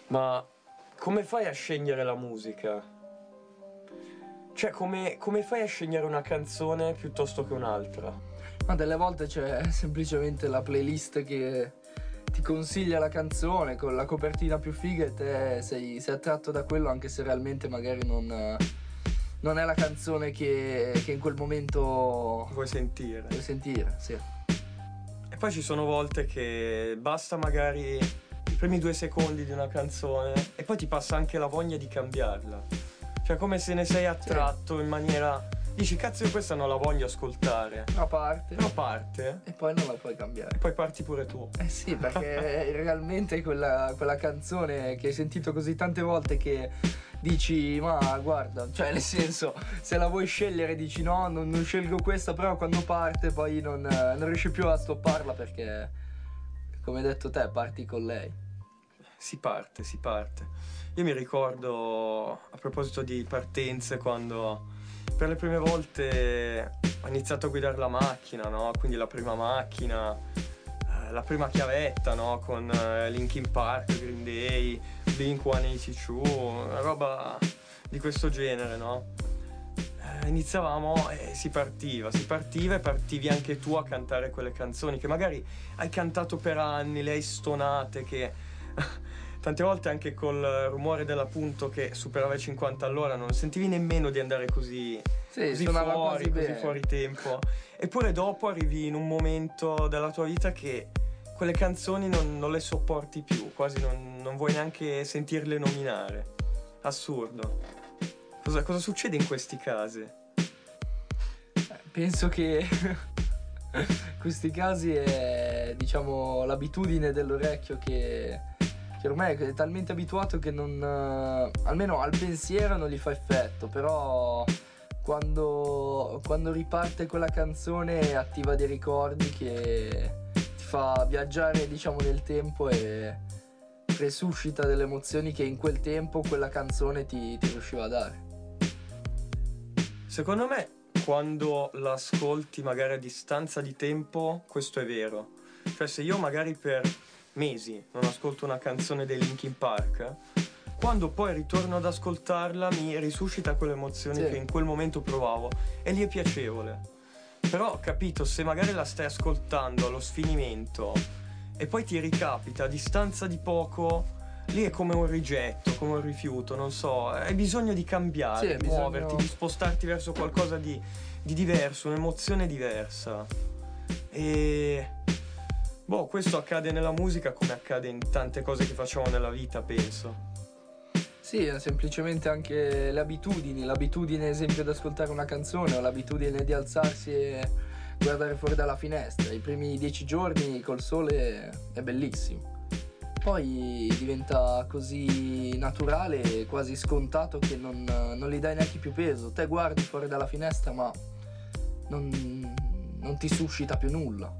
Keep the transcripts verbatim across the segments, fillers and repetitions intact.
Ma come fai a scegliere la musica? Cioè, come, come fai a scegliere una canzone piuttosto che un'altra? Ma delle volte c'è semplicemente la playlist che ti consiglia la canzone con la copertina più figa e te sei, sei attratto da quello, anche se realmente magari non, non è la canzone che, che in quel momento Vuoi sentire? vuoi sentire, sì. E poi ci sono volte che basta magari i primi due secondi di una canzone e poi ti passa anche la voglia di cambiarla. Cioè, come se ne sei attratto sì. in maniera... Dici, cazzo, io questa non la voglio ascoltare. Una parte. Però parte. E poi non la puoi cambiare. E poi parti pure tu. Eh sì, perché realmente quella, quella canzone che hai sentito così tante volte che dici, ma guarda, cioè nel senso, se la vuoi scegliere dici no, non, non scelgo questa, però quando parte poi non, non riesci più a stopparla perché, come hai detto te, parti con lei. Si parte, si parte. Io mi ricordo, a proposito di partenze, quando... per le prime volte ho iniziato a guidare la macchina, no? Quindi la prima macchina, eh, la prima chiavetta, no? Con eh, Linkin Park, Green Day, Blink centottantadue, una roba di questo genere, no? Eh, iniziavamo e si partiva, si partiva e partivi anche tu a cantare quelle canzoni che magari hai cantato per anni, le hai stonate, che... tante volte anche col rumore dell'appunto che superava i cinquanta all'ora non sentivi nemmeno di andare così, sì, così fuori, così bene. fuori tempo. Eppure dopo arrivi in un momento della tua vita che quelle canzoni non, non le sopporti più, quasi non, non vuoi neanche sentirle nominare. Assurdo. Cosa, cosa succede in questi casi? Penso che questi casi è, diciamo, l'abitudine dell'orecchio che... che ormai è talmente abituato che non, almeno al pensiero non gli fa effetto, però quando, quando riparte quella canzone attiva dei ricordi che ti fa viaggiare, diciamo, nel tempo e resuscita delle emozioni che in quel tempo quella canzone ti, ti riusciva a dare. Secondo me quando l'ascolti magari a distanza di tempo questo è vero, cioè se io magari per mesi non ascolto una canzone dei Linkin Park, quando poi ritorno ad ascoltarla mi risuscita quelle emozioni sì. che in quel momento provavo e lì è piacevole. Però ho capito, se magari la stai ascoltando allo sfinimento e poi ti ricapita a distanza di poco, lì è come un rigetto, come un rifiuto, non so, hai bisogno di cambiare, sì, di bisogno... muoverti, di spostarti verso qualcosa di, di diverso, un'emozione diversa. E... boh, questo accade nella musica come accade in tante cose che facciamo nella vita, penso. Sì, è semplicemente anche le abitudini, l'abitudine ad esempio ad ascoltare una canzone o l'abitudine di alzarsi e guardare fuori dalla finestra. I primi dieci giorni col sole è bellissimo. Poi diventa così naturale e quasi scontato che non, non gli dai neanche più peso. Te guardi fuori dalla finestra ma non, non ti suscita più nulla.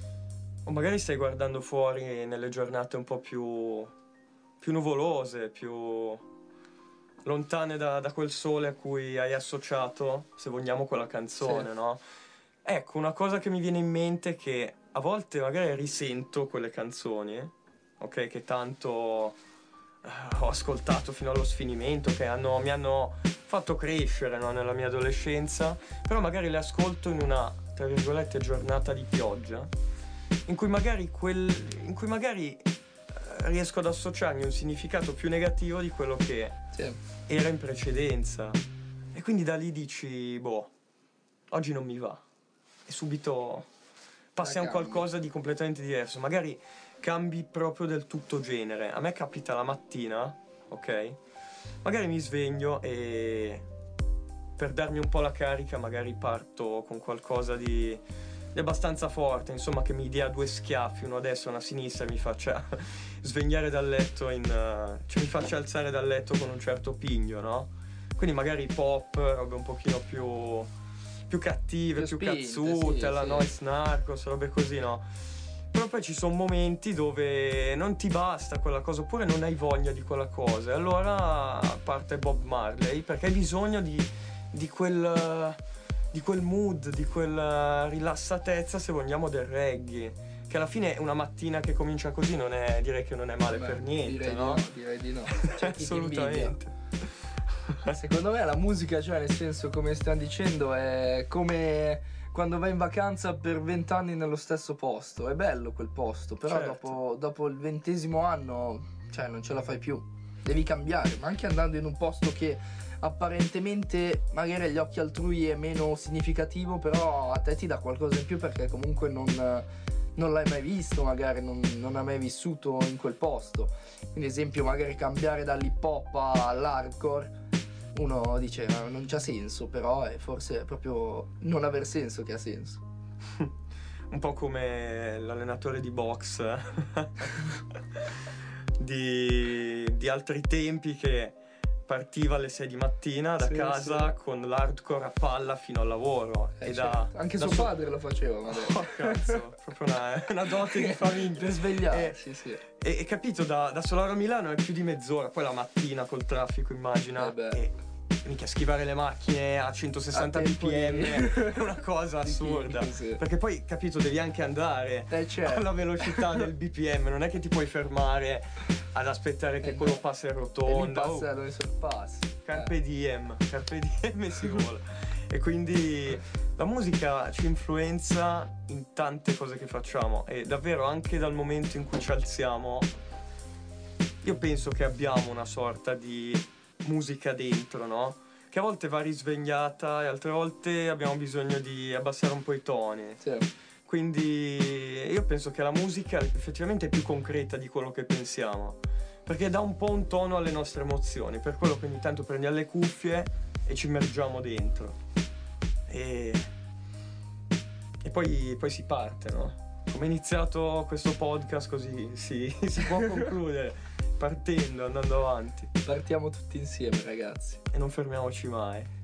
O magari stai guardando fuori nelle giornate un po' più, più nuvolose, più lontane da, da quel sole a cui hai associato, se vogliamo, quella canzone, sì. no? Ecco, una cosa che mi viene in mente è che a volte magari risento quelle canzoni, ok, che tanto uh, ho ascoltato fino allo sfinimento, che hanno, mi hanno fatto crescere, no, nella mia adolescenza, però magari le ascolto in una, tra virgolette, giornata di pioggia, in cui magari quel in cui magari uh, riesco ad associarmi un significato più negativo di quello che sì. era in precedenza, e quindi da lì dici, boh, oggi non mi va, e subito passi a un qualcosa di completamente diverso, magari cambi proprio del tutto genere. A me capita la mattina, ok? Magari mi sveglio e per darmi un po' la carica magari parto con qualcosa di, di abbastanza forte, insomma, che mi dia due schiaffi, uno a destra e uno a sinistra, e mi faccia svegliare dal letto in... Uh, cioè mi faccia alzare dal letto con un certo pigno, no? Quindi magari pop, robe un pochino più... più cattive, più, più spinte, cazzute, sì, alla sì. Noise Narcos, robe così, no? Però poi ci sono momenti dove non ti basta quella cosa, oppure non hai voglia di quella cosa, e allora parte Bob Marley, perché hai bisogno di, di quel di quel mood, di quella rilassatezza, se vogliamo, del reggae, che alla fine una mattina che comincia così non è, direi che non è male. Beh, per niente, direi no? Di no? Direi di no. C'è chi assolutamente. Secondo me la musica, cioè nel senso, come stiamo dicendo, è come quando vai in vacanza per vent'anni nello stesso posto. È bello quel posto, però certo. dopo, dopo il ventesimo anno, cioè non ce la fai più. Devi cambiare, ma anche andando in un posto che apparentemente magari agli occhi altrui è meno significativo, però a te ti dà qualcosa in più perché comunque non, non l'hai mai visto, magari non, non hai mai vissuto in quel posto. Quindi esempio, magari cambiare dall'hip hop all'hardcore, uno dice ah, non c'ha senso, però è forse proprio non aver senso che ha senso. Un po' come l'allenatore di box di, di altri tempi che partiva alle sei di mattina da sì, casa sì. con l'hardcore a palla fino al lavoro. Eh, e certo. da, Anche da suo so- padre lo faceva. Oh cazzo, proprio una, una dote di famiglia. Per svegliare, e, sì, sì. E, e capito, da, da Solaro a Milano è più di mezz'ora, poi la mattina col traffico immagina. Eh beh. E minchia, schivare le macchine a centosessanta a B P M di... è una cosa assurda. Sì. Perché poi, capito, devi anche andare eh, certo. alla velocità del B P M, non è che ti puoi fermare ad aspettare che eh, quello passi in rotonda. E lì passa, oh. Lo sorpassi. Carpe eh. diem, carpe diem si vola. E quindi la musica ci influenza in tante cose che facciamo e davvero anche dal momento in cui ci alziamo io penso che abbiamo una sorta di musica dentro, no? Che a volte va risvegliata e altre volte abbiamo bisogno di abbassare un po' i toni. Sì. Quindi io penso che la musica effettivamente è più concreta di quello che pensiamo, perché dà un po' un tono alle nostre emozioni, per quello che ogni tanto prendiamo le cuffie e ci immergiamo dentro e, e poi, poi si parte, no? Come è iniziato questo podcast così si, si può concludere, partendo, andando avanti. Partiamo tutti insieme, ragazzi. E non fermiamoci mai.